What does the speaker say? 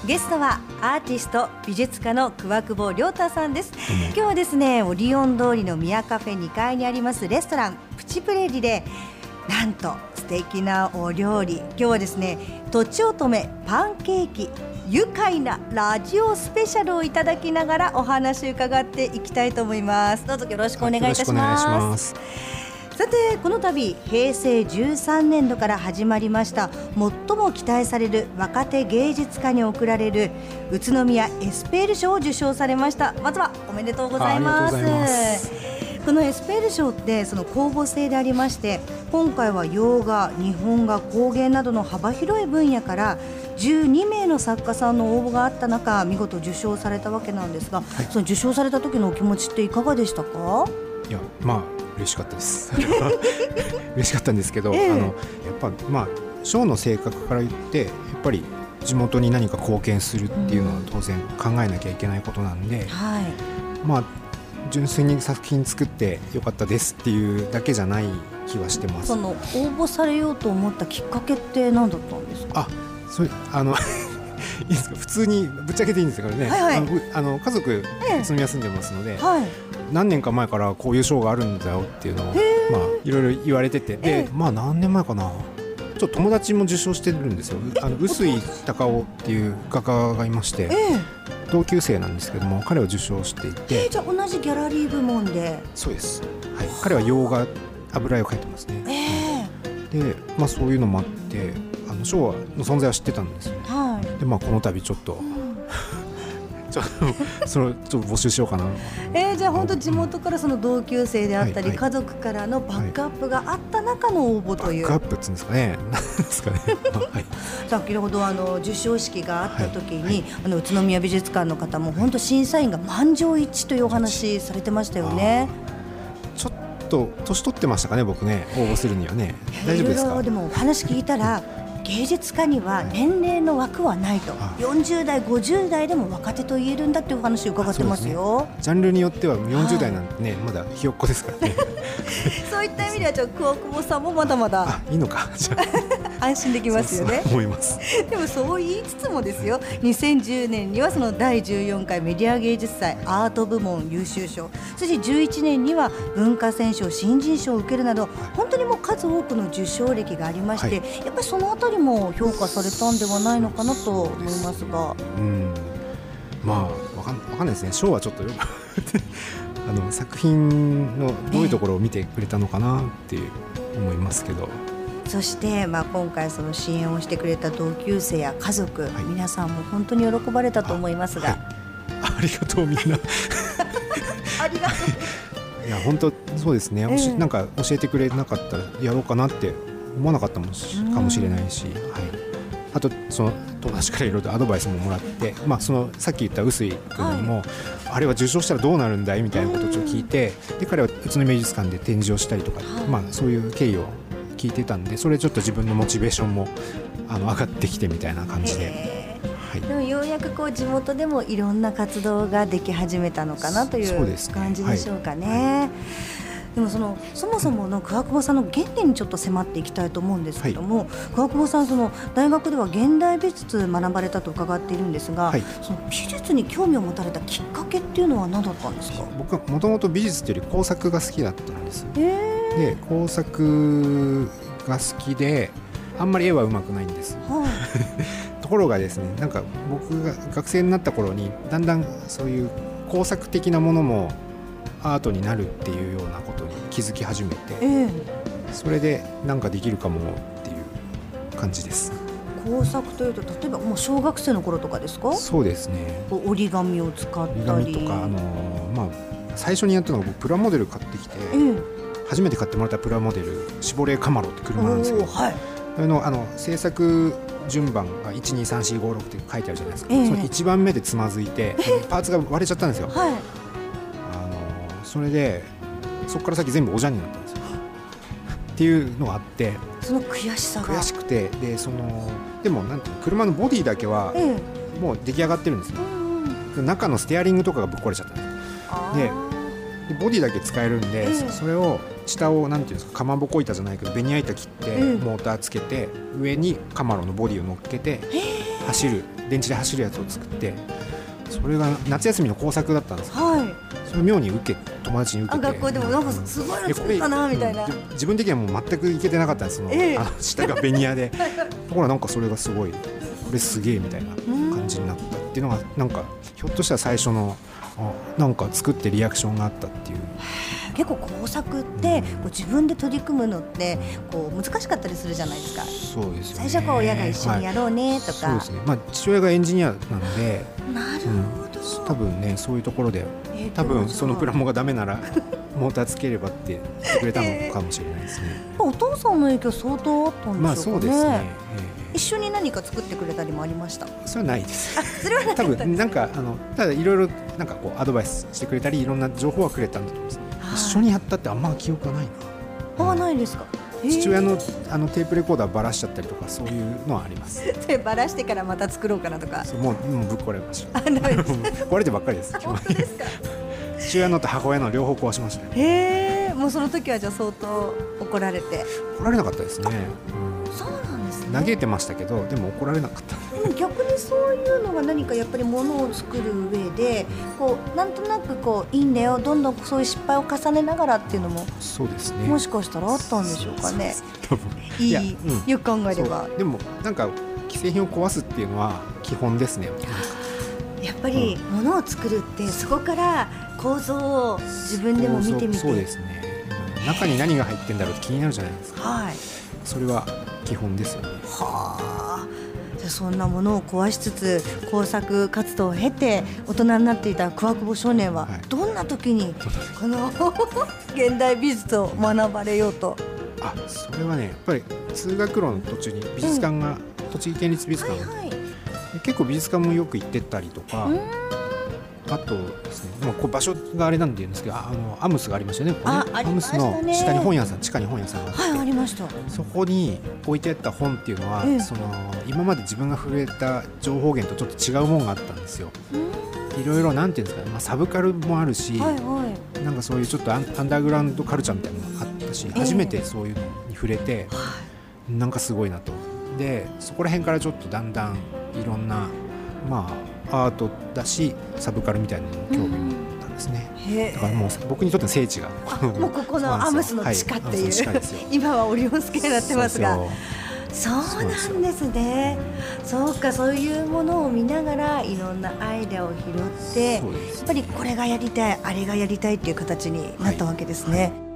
ゲストはアーティスト美術家の桑久保亮太さんです。今日はですね、オリオン通りの宮カフェ2階にありますレストランプチプレリで、なんと素敵なお料理、今日はですね、とちおとめパンケーキ愉快なラジオスペシャルをいただきながらお話を伺っていきたいと思います。どうぞよろしくお願いいたします。さて、この度平成13年度から始まりました最も期待される若手芸術家に贈られる宇都宮エスペール賞を受賞されました。まずはおめでとうございます。このエスペール賞ってその公募制でありまして、今回は洋画、日本画、工芸などの幅広い分野から12名の作家さんの応募があった中、見事受賞されたわけなんですが、その受賞された時のお気持ちっていかがでしたか？ いや、嬉しかったです嬉しかったんですけど、やっぱ賞の性格から言ってやっぱり地元に何か貢献するっていうのは当然考えなきゃいけないことなんで、純粋に作品作ってよかったですっていうだけじゃない気はしてます。 その応募されようと思ったきっかけって何だったんですか？ それいいですか、普通にぶっちゃけていいんですからね、家族宇都宮住んでますので、何年か前からこういう賞があるんだよっていうのをいろいろ言われてて、で何年前かな、ちょっと友達も受賞してるんですよ。臼井隆夫っていう画家がいまして、同級生なんですけども、彼は受賞していて、 じゃあ同じギャラリー部門で。 そうです、彼は洋画油絵を描いてますね。で、そういうのもあって賞の存在は知ってたんですよね。でこの度ちょっとそれをちょっと募集しようかな。 じゃあ本当地元からその同級生であったり、家族からのバックアップがあった中の応募という。 バックアップって言うんですかね。なんですかね。 先ほど授賞式があった時に、宇都宮美術館の方も本当審査員が満場一致というお話されてましたよね。 ちょっと年取ってましたかね、僕ね、応募するにはね。大丈夫ですか？ でもお話聞いたら芸術家には年齢の枠はないと、40代50代でも若手と言えるんだっていうお話を伺ってますよ。 ジャンルによっては40代なんてね、まだひよっこですからねそういった意味では桑久保さんもまだまだいいのかじゃ安心できますよね。 そう思います。 でもそう言いつつもですよ、2010年にはその第14回メディア芸術祭アート部門優秀賞、そして11年には文化選奨新人賞を受けるなど、本当にもう数多くの受賞歴がありまして、やっぱりそのあたりも評価されたんではないのかなと思いますが、 わかんないですね。賞はちょっとよく作品のどういうところを見てくれたのかなって思いますけど、 そして今回その支援をしてくれた同級生や家族、皆さんも本当に喜ばれたと思いますが、 ありがとうみんなありがとう。 いや本当そうですね、なんか教えてくれなかったらやろうかなって思わなかったかもしれないし、あとその友達からいろいろとアドバイスももらって、そのさっき言った臼井君にも、あれは受賞したらどうなるんだいみたいなことをちょっと聞いて、で彼は宇都宮美術館で展示をしたりとか、そういう経緯を聞いてたんで、それちょっと自分のモチベーションも上がってきてみたいな感じで、 でもようやく地元でもいろんな活動ができ始めたのかなという感じでしょうかね。でもそもそもの桑久保さんの原点にちょっと迫っていきたいと思うんですけども、桑久保さん大学では現代美術学ばれたと伺っているんですが、その美術に興味を持たれたきっかけっていうのは何だったんですか？ 僕はもともと美術というより工作が好きだったんです。で工作が好きであんまり絵は上手くないんです、ところがですね、なんか僕が学生になった頃にだんだんそういう工作的なものもアートになるっていうようなことに気づき始めて、それでなんかできるかもっていう感じです。 工作というと例えばもう小学生の頃とかですか？そうですね。折り紙を使ったり、 折り紙とか最初にやったのが僕プラモデル買ってきて、初めて買ってもらったプラモデルシボレーカマロって車なんですけど、制作順番が 1,2,3,4,5,6 って書いてあるじゃないですか、その1番目でつまずいてパーツが割れちゃったんですよ、それでそこから先全部おじゃんになったんですよっていうのがあって、 その悔しさが悔しくて、でもなんていうの、車のボディだけはもう出来上がってるんですよ、中のステアリングとかがぶっ壊れちゃったんですでボディだけ使えるんで、それを下をなんていうんですか、かまぼこ板じゃないけどベニヤ板切って、モーターつけて上にカマロのボディを乗っけて走る電池で走るやつを作って、それが夏休みの工作だったんですよ。それを妙に友達に受けて、 学校でもなんかすごいの作ったなみたいな。 自分的にはもう全くいけてなかったんです。下がベニヤでところがなんかそれがすごい、これすげえみたいな感じになったっていうのが、なんかひょっとしたら最初のなんか作ってリアクションがあったっていう。 結構工作ってこう自分で取り組むのってこう難しかったりするじゃないですか。 そうですよね。 最初から親が一緒にやろうねとか、 そうですね。父親がエンジニアなので、 なるほど、 多分ねそういうところで、多分そのプラモがダメならモーターつければって言ってくれたのかもしれないですね。 お父さんの影響相当あったんでしょうかね。 そうですね。 一緒に何か作ってくれたりもありました？ それはないです。 それはなかったんですね。 多分なんかただいろいろなんかこうアドバイスしてくれたり、いろんな情報はくれたんだと思います。一緒にやったってあんま記憶はないな。 ないですか。 父親のテープレコーダーばらしちゃったりとか、そういうのはあります。 ばらしてからまた作ろうかなとか。 もうぶっ壊れました。壊れてばっかりです。 本当ですか。 父親のと母親の両方壊しましたね。もうその時はじゃあ相当怒られて。 怒られなかったですね。 そうなんですね。 嘆いてましたけど、でも怒られなかった。 逆にそういうのが何かやっぱりものを作る上でこうなんとなくこういいんだよ、どんどんそういう失敗を重ねながらっていうのも、 そうですね、 もしかしたらあったんでしょうかね。 多分よく考えれば。 でもなんか既製品を壊すっていうのは基本ですね。 やっぱりものを作るってそこから構造を自分でも見てみて、 そうですね、中に何が入ってんだろうって気になるじゃないですか。それは基本ですよね。 じゃあそんなものを壊しつつ工作活動を経て大人になっていた桑久保少年はどんな時にこの現代美術を学ばれようと。 それはね、やっぱり通学路の途中に美術館が、栃木県立美術館、結構美術館もよく行ってたりとか、あとですね、こう場所があれなんて言うんですけど、アムスがありましたよね。アムスの下に本屋さん、地下に本屋さんがあって、 ありました。 そこに置いてあった本っていうのは、その今まで自分が触れた情報源とちょっと違うものがあったんですよ。いろいろなんていうんですかね、サブカルもあるし、なんかそういうちょっとアンダーグラウンドカルチャーみたいなのがあったし、初めてそういうのに触れて、なんかすごいなと。でそこら辺からちょっとだんだんいろんなアートだしサブカルみたいなのに興味を持ったんですね。だからもう僕にとっての聖地がもうここのアムスの地下っていう、今はオリオンスケになってますが、そうなんですね。そうか、そういうものを見ながらいろんなアイデアを拾って、やっぱりこれがやりたい、あれがやりたいっていう形になったわけですね。